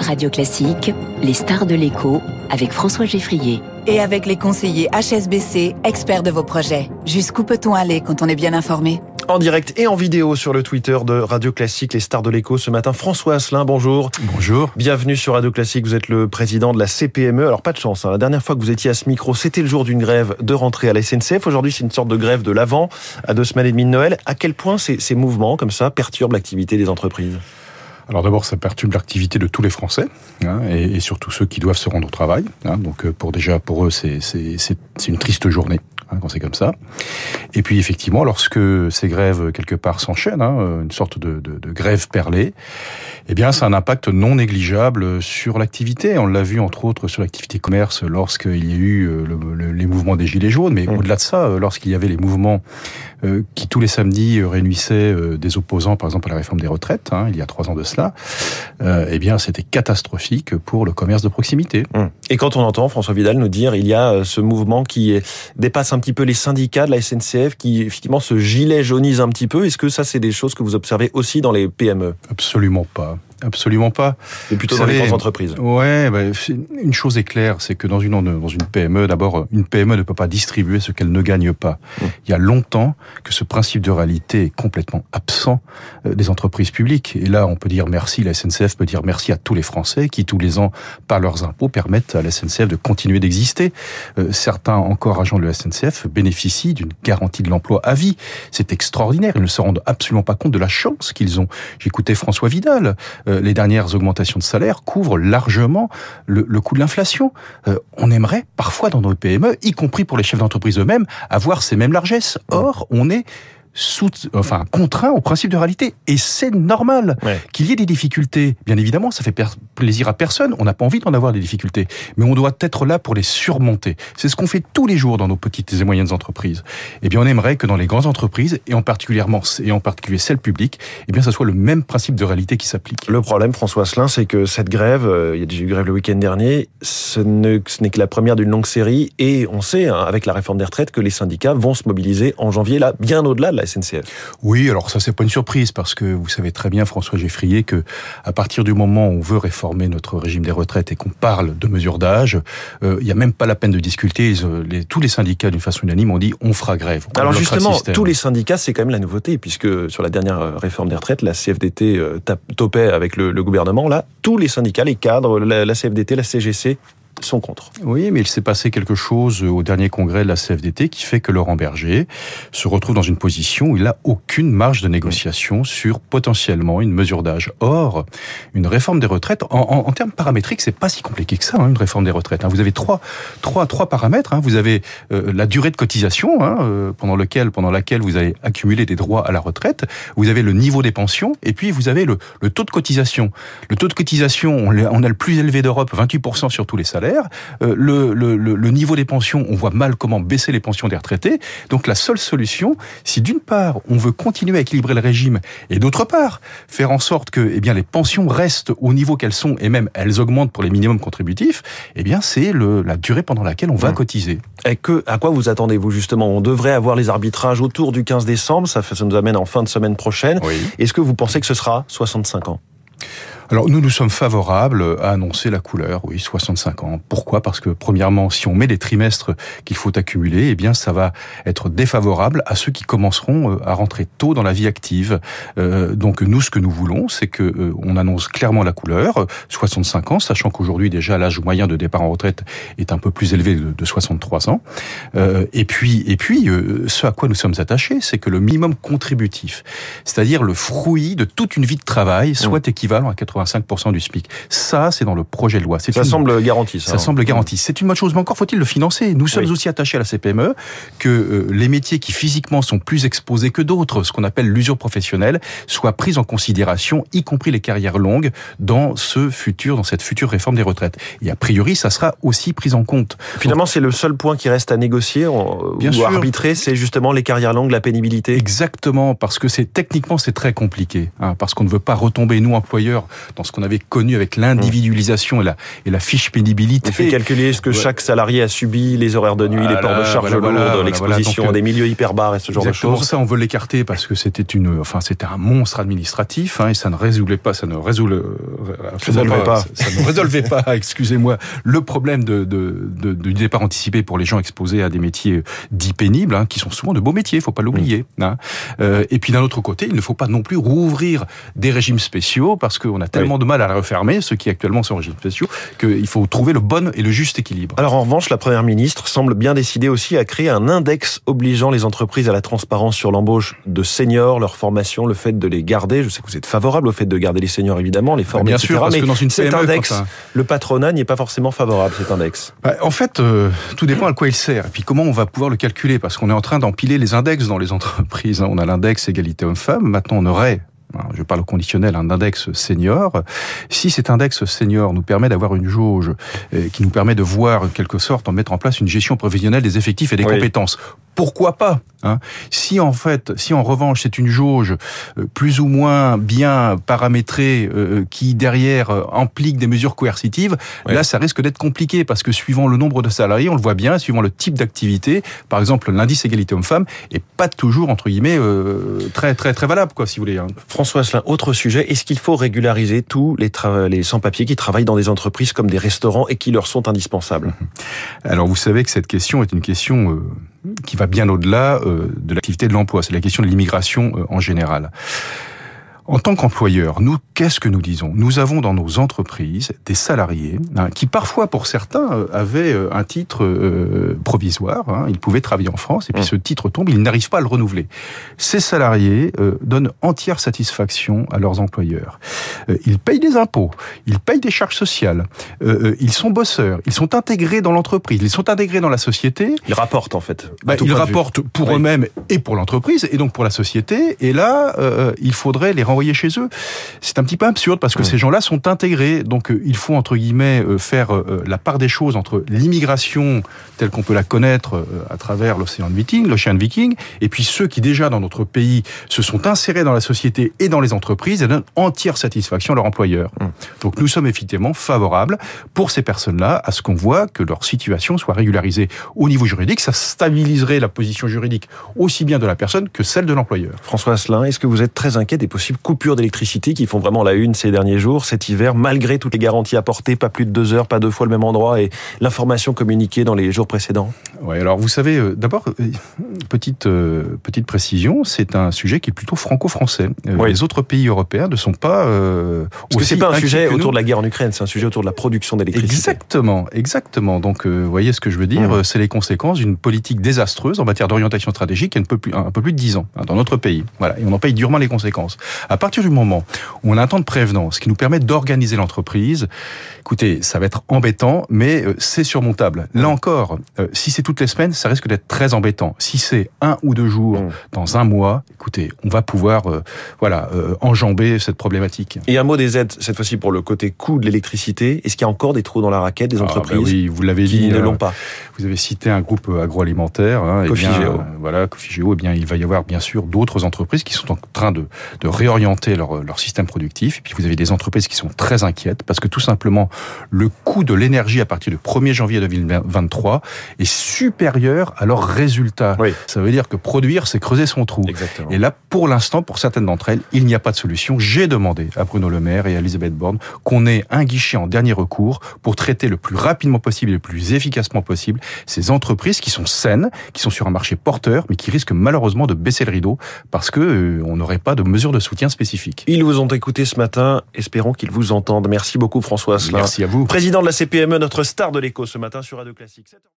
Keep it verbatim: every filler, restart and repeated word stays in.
Radio Classique, les stars de l'écho, avec François Geffrier. Et avec les conseillers H S B C, experts de vos projets. Jusqu'où peut-on aller quand on est bien informé ? En direct et en vidéo sur le Twitter de Radio Classique, les stars de l'écho ce matin. François Asselin, bonjour. Bonjour. Bienvenue sur Radio Classique, vous êtes le président de la C P M E. Alors pas de chance, hein. La dernière fois que vous étiez à ce micro, c'était le jour d'une grève de rentrée à la S N C F. Aujourd'hui, c'est une sorte de grève de l'Avent, à deux semaines et demie de Noël. À quel point ces, ces mouvements, comme ça, perturbent l'activité des entreprises ? Alors d'abord, ça perturbe l'activité de tous les Français, hein, et, et surtout ceux qui doivent se rendre au travail. Hein, donc pour déjà, pour eux, c'est, c'est, c'est, c'est une triste journée, hein, quand c'est comme ça. Et puis effectivement, lorsque ces grèves, quelque part, s'enchaînent, hein, une sorte de, de, de grève perlée, eh bien, ça a un impact non négligeable sur l'activité. On l'a vu, entre autres, sur l'activité commerce lorsqu'il y a eu le, le, les mouvements des Gilets jaunes, mais mmh. au-delà de ça, lorsqu'il y avait les mouvements euh, qui, tous les samedis, réunissaient euh, des opposants, par exemple, à la réforme des retraites, hein, il y a trois ans de cela, euh, eh bien, c'était catastrophique pour le commerce de proximité. Mmh. Et quand on entend François Vidal nous dire il y a ce mouvement qui dépasse un petit peu les syndicats de la S N C F, qui, effectivement, se gilet jaunise un petit peu, est-ce que ça, c'est des choses que vous observez aussi dans les P M E ? Absolument pas. Absolument pas. C'est plutôt dans les grandes entreprises. Ouais, bah, une chose est claire, c'est que dans une dans une P M E, d'abord, une P M E ne peut pas distribuer ce qu'elle ne gagne pas. Mmh. Il y a longtemps que ce principe de réalité est complètement absent des entreprises publiques. Et là, on peut dire merci, la S N C F peut dire merci à tous les Français qui, tous les ans, par leurs impôts, permettent à la S N C F de continuer d'exister. Euh, certains, encore agents de la S N C F, bénéficient d'une garantie de l'emploi à vie. C'est extraordinaire. Ils ne se rendent absolument pas compte de la chance qu'ils ont. J'écoutais François Vidal. Euh, les dernières augmentations de salaire couvrent largement le, le coût de l'inflation. Euh, on aimerait parfois dans nos P M E, y compris pour les chefs d'entreprise eux-mêmes, avoir ces mêmes largesses. Or, on est sous, enfin, contraint au principe de réalité. Et c'est normal ouais. qu'il y ait des difficultés. Bien évidemment, ça fait per- plaisir à personne. On n'a pas envie d'en avoir des difficultés. Mais on doit être là pour les surmonter. C'est ce qu'on fait tous les jours dans nos petites et moyennes entreprises. Eh bien, on aimerait que dans les grandes entreprises, et en particulièrement, et en particulier celles publiques, eh bien, ça soit le même principe de réalité qui s'applique. Le problème, François Asselin, c'est que cette grève, euh, il y a déjà eu grève le week-end dernier, ce, ne, ce n'est que la première d'une longue série. Et on sait, hein, avec la réforme des retraites, que les syndicats vont se mobiliser en janvier, là, bien au-delà de la S N C F. Oui, alors ça c'est pas une surprise parce que vous savez très bien, François Geffrier, que à partir du moment où on veut réformer notre régime des retraites et qu'on parle de mesures d'âge, euh, il y a même pas la peine de discuter. Ils, les, tous les syndicats d'une façon unanime ont dit on fera grève. On alors justement, tous les syndicats, c'est quand même la nouveauté puisque sur la dernière réforme des retraites, la C F D T euh, topait avec le, le gouvernement. Là, tous les syndicats, les cadres, la, la C F D T, la C G C sont contre. Oui, mais il s'est passé quelque chose au dernier congrès de la C F D T qui fait que Laurent Berger se retrouve dans une position où il n'a aucune marge de négociation sur potentiellement une mesure d'âge. Or, une réforme des retraites, en, en, en termes paramétriques, c'est pas si compliqué que ça, hein, une réforme des retraites. Hein. Vous avez trois, trois, trois paramètres. Hein. Vous avez euh, la durée de cotisation, hein, euh, pendant lequel, pendant laquelle vous avez accumulé des droits à la retraite. Vous avez le niveau des pensions, et puis vous avez le, le taux de cotisation. Le taux de cotisation, on, on a le plus élevé d'Europe, vingt-huit pour cent sur tous les salaires. Euh, le, le, le niveau des pensions, on voit mal comment baisser les pensions des retraités. Donc la seule solution, si d'une part on veut continuer à équilibrer le régime et d'autre part faire en sorte que eh bien, les pensions restent au niveau qu'elles sont et même elles augmentent pour les minimums contributifs, eh bien c'est le, la durée pendant laquelle on va mmh. cotiser. Et que, à quoi vous attendez-vous justement ? On devrait avoir les arbitrages autour du quinze décembre, ça, ça nous amène en fin de semaine prochaine. Oui. Est-ce que vous pensez que ce sera soixante-cinq ans ? Alors nous, nous sommes favorables à annoncer la couleur, oui, soixante-cinq ans. Pourquoi ? Parce que premièrement, si on met les trimestres qu'il faut accumuler, eh bien ça va être défavorable à ceux qui commenceront à rentrer tôt dans la vie active. Euh, donc nous, ce que nous voulons, c'est que euh, on annonce clairement la couleur, soixante-cinq ans, sachant qu'aujourd'hui déjà l'âge moyen de départ en retraite est un peu plus élevé de, de soixante-trois ans. Euh, et puis, et puis, euh, ce à quoi nous sommes attachés, c'est que le minimum contributif, c'est-à-dire le fruit de toute une vie de travail, soit équivalent à quatre-vingt-cinq pour cent du S M I C. Ça, c'est dans le projet de loi. C'est ça une... semble garanti, ça. Ça hein. semble garanti. C'est une bonne chose, mais encore faut-il le financer. Nous sommes oui. aussi attachés à la C P M E que euh, les métiers qui physiquement sont plus exposés que d'autres, ce qu'on appelle l'usure professionnelle, soient pris en considération, y compris les carrières longues, dans ce futur, dans cette future réforme des retraites. Et a priori, ça sera aussi pris en compte. Finalement, Donc, c'est le seul point qui reste à négocier bien ou sûr. à arbitrer, c'est justement les carrières longues, la pénibilité. Exactement, parce que c'est techniquement c'est très compliqué, hein, parce qu'on ne veut pas retomber nous employeurs dans ce qu'on avait connu avec l'individualisation et la, et la fiche pénibilité. Il fait calculer ce que ouais. chaque salarié a subi, les horaires de nuit, voilà, les ports de charge voilà, lourde, voilà, l'exposition voilà, à des milieux hyperbares et ce genre de choses. Ça, on veut l'écarter parce que c'était une, enfin, c'était un monstre administratif, hein, et ça ne résolvait pas, ça ne résolvait, résolvait pas, ça, ça ne résolvait pas, excusez-moi, le problème de, de, de, du départ anticipé pour les gens exposés à des métiers dits pénibles, hein, qui sont souvent de beaux métiers, il faut pas l'oublier. Mmh. Hein. Euh, et puis d'un autre côté, il ne faut pas non plus rouvrir des régimes spéciaux parce qu'on a tellement oui. de mal à les refermer, ceux qui actuellement sont en régimes spéciaux, qu'il faut trouver le bon et le juste équilibre. Alors en revanche, la Première ministre semble bien décidée aussi à créer un index obligeant les entreprises à la transparence sur l'embauche de seniors, leur formation, le fait de les garder. Je sais que vous êtes favorable au fait de garder les seniors, évidemment, les former, bien et cetera. Sûr, parce mais que dans une cet P M E, index, un... le patronat n'y est pas forcément favorable, cet index. Bah, en fait, euh, tout dépend à quoi il sert. Et puis comment on va pouvoir le calculer, parce qu'on est en train d'empiler les index dans les entreprises. On a l'index égalité homme-femme. Maintenant, on aurait, je parle au conditionnel, un index senior. Si cet index senior nous permet d'avoir une jauge qui nous permet de voir, en quelque sorte, en mettre en place une gestion prévisionnelle des effectifs et des oui. compétences, pourquoi pas, hein? Si en fait, si en revanche c'est une jauge euh, plus ou moins bien paramétrée euh, qui derrière euh, implique des mesures coercitives, ouais. là ça risque d'être compliqué parce que suivant le nombre de salariés, on le voit bien, suivant le type d'activité, par exemple l'indice égalité homme-femme est pas toujours entre guillemets euh, très très très valable quoi, si vous voulez. Hein. François Asselin, autre sujet, est-ce qu'il faut régulariser tous les, tra- les sans-papiers qui travaillent dans des entreprises comme des restaurants et qui leur sont indispensables? Alors vous savez que cette question est une question euh, qui va bien au-delà euh, de l'activité de l'emploi. C'est la question de l'immigration euh, en général. En tant qu'employeur, nous, qu'est-ce que nous disons ? Nous avons dans nos entreprises des salariés hein, qui parfois, pour certains, euh, avaient euh, un titre euh, provisoire. Hein, ils pouvaient travailler en France et puis mmh. ce titre tombe, ils n'arrivent pas à le renouveler. Ces salariés euh, donnent entière satisfaction à leurs employeurs. Euh, ils payent des impôts, ils payent des charges sociales, euh, ils sont bosseurs, ils sont intégrés dans l'entreprise, ils sont intégrés dans la société. Ils rapportent en fait. Bah, ils rapportent pour oui. eux-mêmes et pour l'entreprise et donc pour la société. Et là, euh, il faudrait les renvoyer chez eux. C'est un petit peu absurde parce que mmh. ces gens-là sont intégrés. Donc euh, il faut entre guillemets euh, faire euh, la part des choses entre l'immigration telle qu'on peut la connaître euh, à travers l'océan Viking, l'Ocean Viking, et puis ceux qui déjà dans notre pays se sont insérés dans la société et dans les entreprises et donnent entière satisfaction à leur employeur. Mmh. Donc nous sommes effectivement favorables pour ces personnes-là à ce qu'on voit que leur situation soit régularisée au niveau juridique. Ça stabiliserait la position juridique aussi bien de la personne que celle de l'employeur. François Asselin, est-ce que vous êtes très inquiet des possibles coupures d'électricité qui font vraiment la une ces derniers jours, cet hiver, malgré toutes les garanties apportées, pas plus de deux heures, pas deux fois le même endroit et l'information communiquée dans les jours précédents? Oui, alors vous savez, euh, d'abord, euh, petite, euh, petite précision, c'est un sujet qui est plutôt franco-français. Euh, oui. Les autres pays européens ne sont pas euh, Parce que c'est pas un sujet autour de la guerre en Ukraine, c'est un sujet autour de la production d'électricité. Exactement, exactement. Donc, euh, vous voyez ce que je veux dire, mmh. c'est les conséquences d'une politique désastreuse en matière d'orientation stratégique il y a un peu plus, un peu plus de dix ans hein, dans notre pays. Voilà, et on en paye durement les conséquences. À partir du moment où on a un temps de prévenance qui nous permet d'organiser l'entreprise, écoutez, ça va être embêtant, mais euh, c'est surmontable. Là encore, euh, si c'est toutes les semaines, ça risque d'être très embêtant. Si c'est un ou deux jours mmh. dans un mois, écoutez, on va pouvoir euh, voilà, euh, enjamber cette problématique. Et un mot des aides, cette fois-ci pour le côté coût de l'électricité. Est-ce qu'il y a encore des trous dans la raquette des entreprises ah bah oui, vous l'avez qui dit, ne euh, l'ont pas? Vous avez cité un groupe agroalimentaire. Hein, Cofigeo. Euh, voilà, Cofigeo. Eh bien, il va y avoir bien sûr d'autres entreprises qui sont en train de, de réorienter leur, leur système productif. Et puis vous avez des entreprises qui sont très inquiètes parce que tout simplement le coût de l'énergie à partir du premier janvier deux mille vingt-trois est supérieur à leurs résultats. Oui. Ça veut dire que produire, c'est creuser son trou. Exactement. Et là, pour l'instant, pour certaines d'entre elles, il n'y a pas de solution. J'ai demandé à Bruno Le Maire et à Elisabeth Borne qu'on ait un guichet en dernier recours pour traiter le plus rapidement possible et le plus efficacement possible ces entreprises qui sont saines, qui sont sur un marché porteur, mais qui risquent malheureusement de baisser le rideau parce que euh, on n'aurait pas de mesures de soutien spécifiques. Ils vous ont écouté ce matin. Espérons qu'ils vous entendent. Merci beaucoup François Asselin. Merci à vous. Président de la C P M E, notre star de l'écho ce matin sur Radio Classique.